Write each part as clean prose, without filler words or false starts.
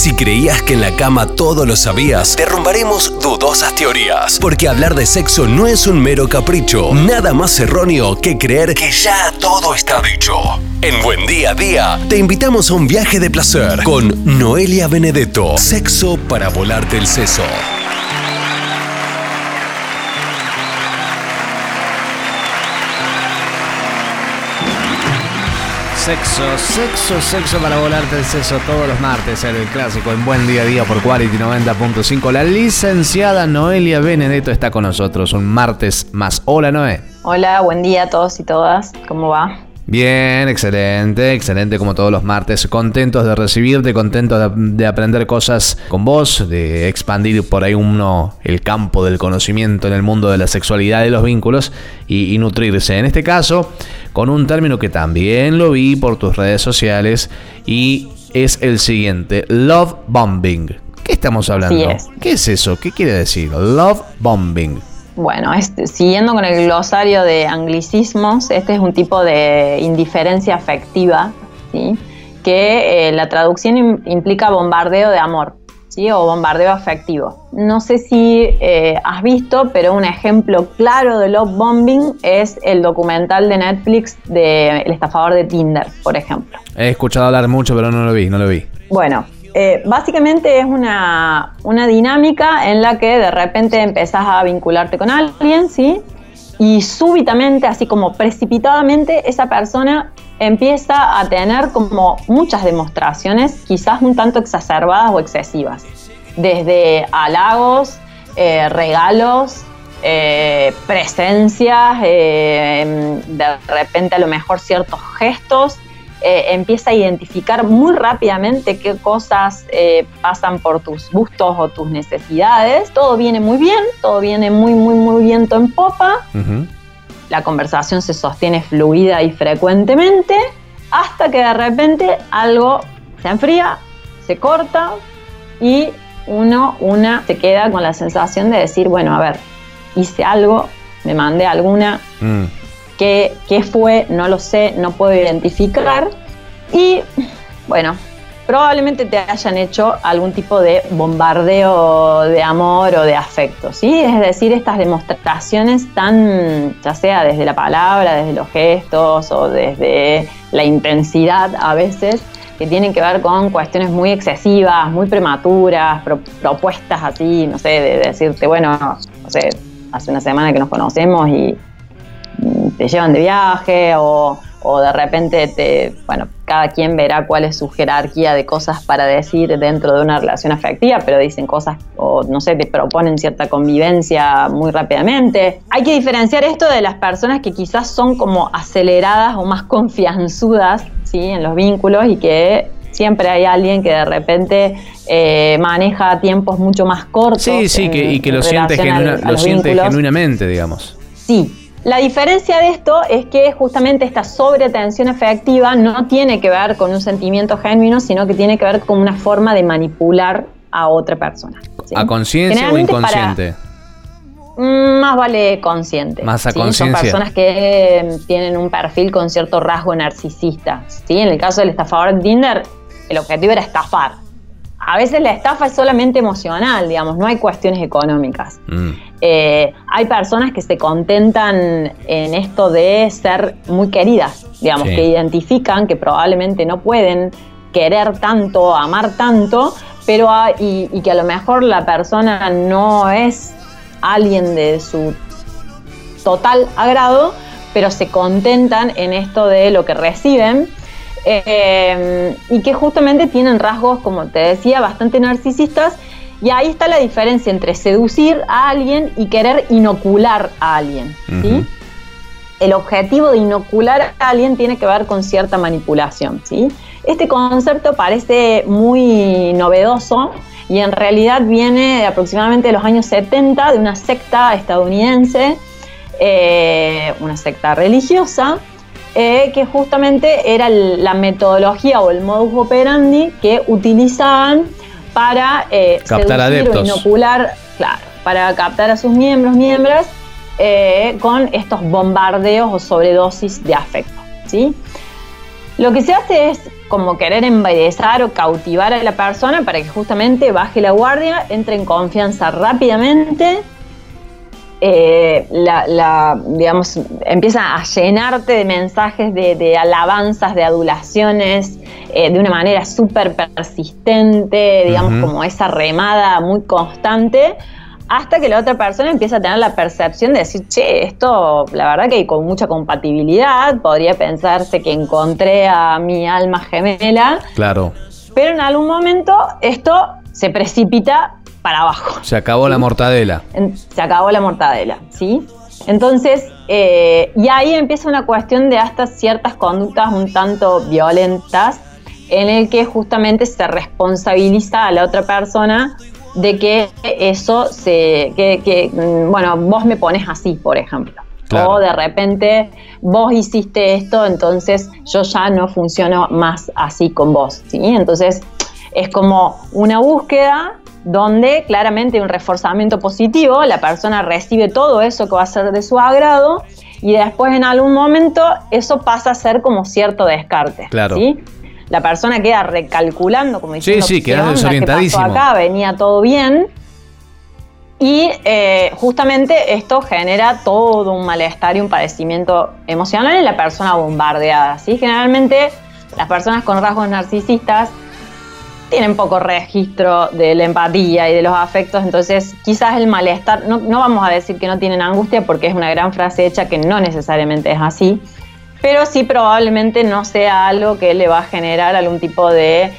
Si creías que en la cama todo lo sabías, derrumbaremos dudosas teorías. Porque hablar de sexo no es un mero capricho. Nada más erróneo que creer que ya todo está dicho. En Buen Día a Día, te invitamos a un viaje de placer con Noelia Benedetto. Sexo para volarte el seso. Sexo para volarte el seso todos los martes, el clásico en Buen Día a Día por Quality 90.5. La licenciada Noelia Benedetto está con nosotros un martes más. Hola, Noé. Hola, buen día a todos y todas. ¿Cómo va? Bien, excelente como todos los martes. Contentos de recibirte, contentos de aprender cosas con vos, de expandir por ahí el campo del conocimiento en el mundo de la sexualidad y los vínculos y nutrirse. En este caso, con un término que también lo vi por tus redes sociales y es el siguiente: love bombing. ¿Qué estamos hablando? Sí es. ¿Qué es eso? ¿Qué quiere decir? Love bombing. Bueno, siguiendo con el glosario de anglicismos, este es un tipo de indiferencia afectiva, ¿sí? Que la traducción implica bombardeo de amor, ¿sí? O bombardeo afectivo. No sé si has visto, pero un ejemplo claro de love bombing es el documental de Netflix de El estafador de Tinder, por ejemplo. He escuchado hablar mucho, pero no lo vi. Bueno, básicamente es una dinámica en la que de repente empezás a vincularte con alguien, ¿sí? Y súbitamente, así como precipitadamente, esa persona empieza a tener como muchas demostraciones, quizás un tanto exacerbadas o excesivas. Desde halagos, regalos, presencias, de repente a lo mejor ciertos gestos. Empieza a identificar muy rápidamente qué cosas pasan por tus gustos o tus necesidades. Todo viene muy bien, todo viene muy viento en popa. Uh-huh. La conversación se sostiene fluida y frecuentemente hasta que de repente algo se enfría, se corta y una se queda con la sensación de decir, bueno, a ver, hice algo, me mandé alguna... ¿Qué fue? No lo sé, no puedo identificar. Y, bueno, probablemente te hayan hecho algún tipo de bombardeo de amor o de afecto, ¿sí? Es decir, estas demostraciones tan, ya sea desde la palabra, desde los gestos o desde la intensidad a veces, que tienen que ver con cuestiones muy excesivas, muy prematuras, propuestas así, no sé, de decirte, bueno, no sé, hace una semana que nos conocemos y te llevan de viaje o de repente cada quien verá cuál es su jerarquía de cosas para decir dentro de una relación afectiva, pero dicen cosas o no sé, te proponen cierta convivencia muy rápidamente. Hay que diferenciar esto de las personas que quizás son como aceleradas o más confianzudas, ¿sí? En los vínculos y que siempre hay alguien que de repente maneja tiempos mucho más cortos. Sí, que lo siente genuinamente, digamos. Sí. La diferencia de esto es que justamente esta sobreatención afectiva no tiene que ver con un sentimiento genuino, sino que tiene que ver con una forma de manipular a otra persona, ¿sí? ¿A conciencia o inconsciente? Más vale consciente. Más a ¿sí? conciencia. Son personas que tienen un perfil con cierto rasgo narcisista, ¿sí? En el caso del estafador de Tinder, el objetivo era estafar. A veces la estafa es solamente emocional, digamos, no hay cuestiones económicas. Hay personas que se contentan en esto de ser muy queridas, digamos, sí. Que identifican que probablemente no pueden querer tanto, amar tanto, pero y que a lo mejor la persona no es alguien de su total agrado, pero se contentan en esto de lo que reciben. Y que justamente tienen rasgos, como te decía, bastante narcisistas, y ahí está la diferencia entre seducir a alguien y querer inocular a alguien, ¿sí? Uh-huh. El objetivo de inocular a alguien tiene que ver con cierta manipulación, ¿sí? Este concepto parece muy novedoso y en realidad viene de aproximadamente de los años 70 de una secta estadounidense, una secta religiosa, que justamente era la metodología o el modus operandi que utilizaban para captar adeptos o inocular, claro, para captar a sus miembros con estos bombardeos o sobredosis de afecto, ¿sí? Lo que se hace es como querer embelezar o cautivar a la persona para que justamente baje la guardia, entre en confianza rápidamente, digamos, empieza a llenarte de mensajes de alabanzas, de adulaciones, de una manera súper persistente, digamos, como esa remada muy constante, hasta que la otra persona empieza a tener la percepción de decir, che, esto la verdad que con mucha compatibilidad, podría pensarse que encontré a mi alma gemela. Claro. Pero en algún momento esto se precipita para abajo. Se acabó, ¿sí? La mortadela. Se acabó la mortadela, ¿sí? Entonces, y ahí empieza una cuestión de hasta ciertas conductas un tanto violentas, en el que justamente se responsabiliza a la otra persona de que eso bueno, vos me pones así, por ejemplo. Claro. O de repente vos hiciste esto, entonces yo ya no funciono más así con vos, ¿sí? Entonces es como una búsqueda donde claramente hay un reforzamiento positivo, la persona recibe todo eso que va a ser de su agrado y después en algún momento eso pasa a ser como cierto descarte. Claro. ¿Sí? La persona queda recalculando, como diciendo, sí, queda desorientadísimo. ¿Qué pasó acá? Venía todo bien. Y justamente esto genera todo un malestar y un padecimiento emocional en la persona bombardeada, ¿sí? Generalmente las personas con rasgos narcisistas tienen poco registro de la empatía y de los afectos, entonces quizás el malestar, no vamos a decir que no tienen angustia porque es una gran frase hecha que no necesariamente es así, pero sí probablemente no sea algo que le va a generar algún tipo de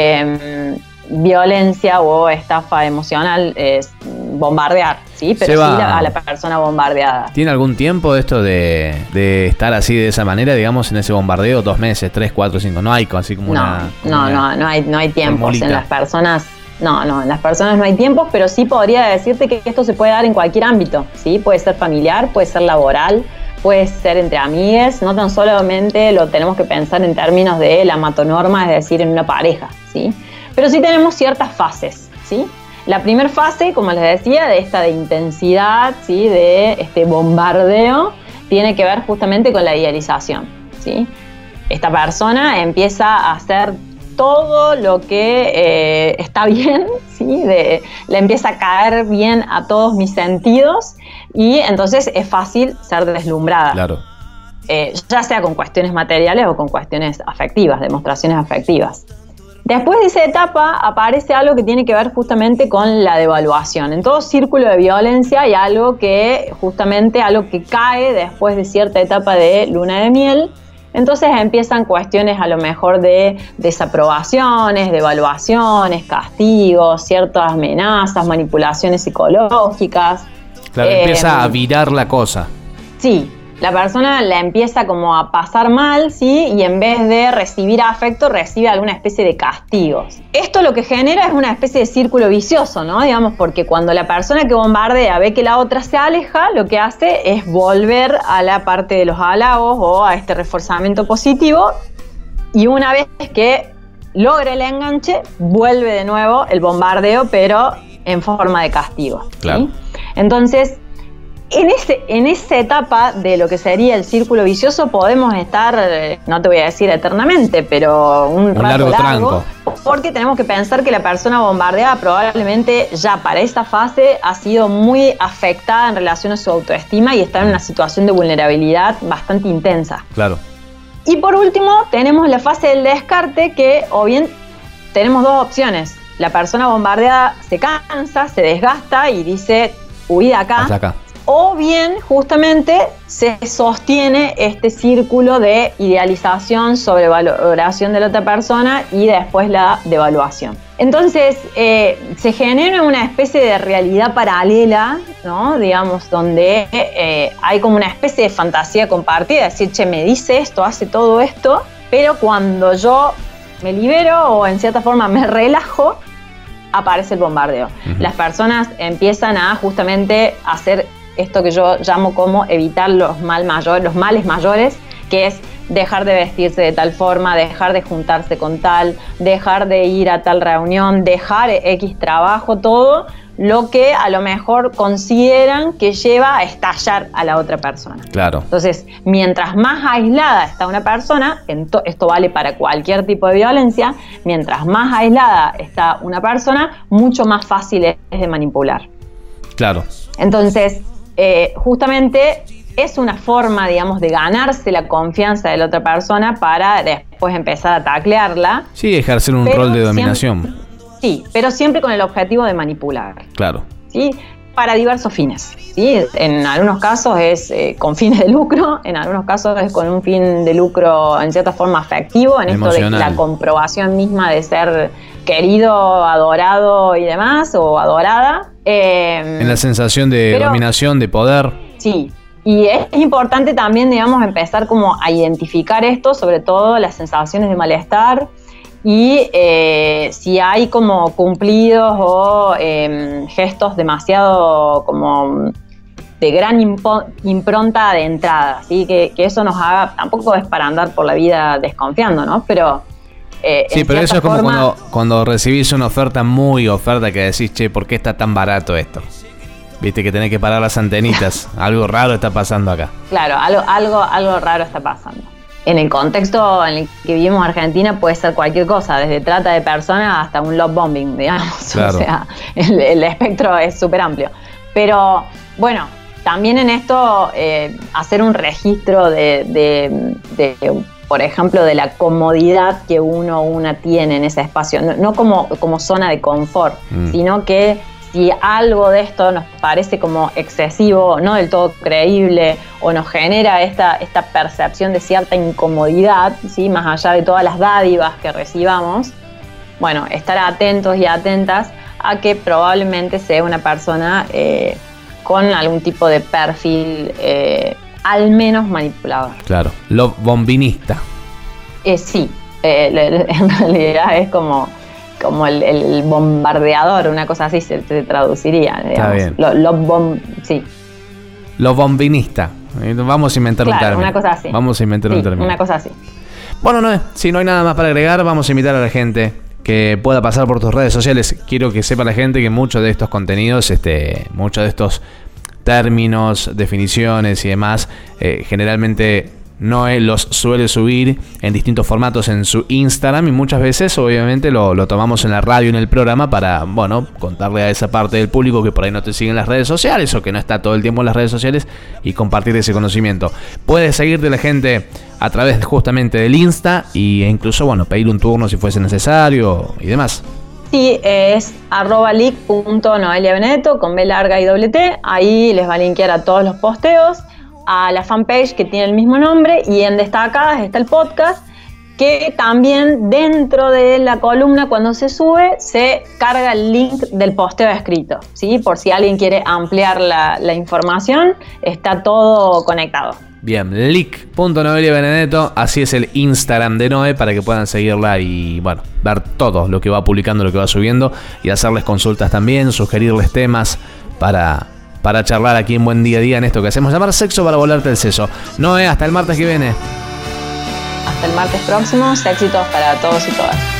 violencia o estafa emocional, bombardear, ¿sí? Pero sí a la persona bombardeada. ¿Tiene algún tiempo esto de estar así de esa manera, digamos, en ese bombardeo? 2 meses, 3, 4, 5, no hay así como no hay tiempos en las personas. No, en las personas no hay tiempos, pero sí podría decirte que esto se puede dar en cualquier ámbito, ¿sí? Puede ser familiar, puede ser laboral, puede ser entre amigues, no tan solamente lo tenemos que pensar en términos de la matonorma, es decir, en una pareja, ¿sí? Pero sí tenemos ciertas fases, ¿sí? La primera fase, como les decía, de esta de intensidad, ¿sí? De este bombardeo, tiene que ver justamente con la idealización, ¿sí? Esta persona empieza a hacer todo lo que está bien, ¿sí? Le empieza a caer bien a todos mis sentidos y entonces es fácil ser deslumbrada. Claro. Ya sea con cuestiones materiales o con cuestiones afectivas, demostraciones afectivas. Después de esa etapa aparece algo que tiene que ver justamente con la devaluación. En todo círculo de violencia hay algo que cae después de cierta etapa de luna de miel. Entonces empiezan cuestiones a lo mejor de desaprobaciones, devaluaciones, castigos, ciertas amenazas, manipulaciones psicológicas. Claro, empieza a virar la cosa. Sí. La persona la empieza como a pasar mal, ¿sí? Y en vez de recibir afecto, recibe alguna especie de castigos. Esto lo que genera es una especie de círculo vicioso, ¿no? Digamos, porque cuando la persona que bombardea ve que la otra se aleja, lo que hace es volver a la parte de los halagos o a este reforzamiento positivo. Y una vez que logra el enganche, vuelve de nuevo el bombardeo, pero en forma de castigo, ¿sí? Claro. Entonces, en esa etapa de lo que sería el círculo vicioso podemos estar, no te voy a decir eternamente, pero un rato largo, porque tenemos que pensar que la persona bombardeada probablemente ya para esa fase ha sido muy afectada en relación a su autoestima y está en una situación de vulnerabilidad bastante intensa. Claro. Y por último tenemos la fase del descarte, que o bien tenemos dos opciones. La persona bombardeada se cansa, se desgasta y dice, huí de acá. Hasta acá. O bien, justamente, se sostiene este círculo de idealización, sobrevaloración de la otra persona y después la devaluación. Entonces, se genera una especie de realidad paralela, ¿no? Digamos, donde hay como una especie de fantasía compartida, es decir, che, me dice esto, hace todo esto, pero cuando yo me libero o en cierta forma me relajo, aparece el bombardeo. Uh-huh. Las personas empiezan a justamente hacer esto que yo llamo como evitar los males mayores, que es dejar de vestirse de tal forma, dejar de juntarse con tal, dejar de ir a tal reunión, dejar X trabajo, todo lo que a lo mejor consideran que lleva a estallar a la otra persona. Claro. Entonces, mientras más aislada está una persona, esto vale para cualquier tipo de violencia, mientras más aislada está una persona, mucho más fácil es de manipular. Claro. Entonces, justamente es una forma, digamos, de ganarse la confianza de la otra persona para después empezar a taclearla. Sí, ejercer un rol de dominación. Sí, pero siempre con el objetivo de manipular. Claro. ¿Sí? Para diversos fines. ¿Sí? En algunos casos es con fines de lucro, en algunos casos es con un fin de lucro en cierta forma afectivo, en emocional. Esto de la comprobación misma de ser querido, adorado y demás, o adorada. En la sensación de dominación, de poder. Sí. Y es importante también, digamos, empezar como a identificar esto, sobre todo las sensaciones de malestar y si hay como cumplidos o gestos demasiado como de gran impronta de entrada, ¿sí? Que eso nos haga, tampoco es para andar por la vida desconfiando, ¿no? Pero sí, pero eso es como cuando recibís una oferta que decís, che, ¿por qué está tan barato esto? Viste que tenés que parar las antenitas. Algo raro está pasando acá. Claro, algo raro está pasando. En el contexto en el que vivimos Argentina puede ser cualquier cosa, desde trata de personas hasta un love bombing, digamos. Claro. O sea, el espectro es súper amplio. Pero, bueno, también en esto hacer un registro de, por ejemplo, de la comodidad que una tiene en ese espacio. No como zona de confort, sino que si algo de esto nos parece como excesivo, no del todo creíble, o nos genera esta percepción de cierta incomodidad, ¿sí? Más allá de todas las dádivas que recibamos, bueno, estar atentos y atentas a que probablemente sea una persona con algún tipo de perfil al menos manipulador. Claro, lo bombinista. Sí, en realidad es como el bombardeador, una cosa así se traduciría, digamos. Está bien. Sí. Lo bombinista. Vamos a inventar un término. Una cosa así. Vamos a inventar un término. Una cosa así. Bueno, Noé, si no hay nada más para agregar, vamos a invitar a la gente que pueda pasar por tus redes sociales. Quiero que sepa la gente que muchos de estos contenidos, muchos de estos términos, definiciones y demás, generalmente Noé los suele subir en distintos formatos en su Instagram y muchas veces obviamente lo tomamos en la radio, en el programa para, bueno, contarle a esa parte del público que por ahí no te sigue en las redes sociales o que no está todo el tiempo en las redes sociales y compartir ese conocimiento. Puedes seguirte la gente a través justamente del Insta e incluso, bueno, pedir un turno si fuese necesario y demás. Sí, es @lic.noeliabenedetto con B larga y doble T. Ahí les va a linkear a todos los posteos, a la fanpage que tiene el mismo nombre, y en destacadas está el podcast, que también dentro de la columna cuando se sube se carga el link del posteo escrito, ¿sí? Por si alguien quiere ampliar la información, está todo conectado. Bien, lic.noeliabenedetto, así es el Instagram de Noé para que puedan seguirla y, bueno, ver todo lo que va publicando, lo que va subiendo y hacerles consultas también, sugerirles temas para charlar aquí en Buen Día a Día en esto que hacemos llamar Sexo para volarte el seso. Noé, hasta el martes que viene. Hasta el martes próximo, éxitos para todos y todas.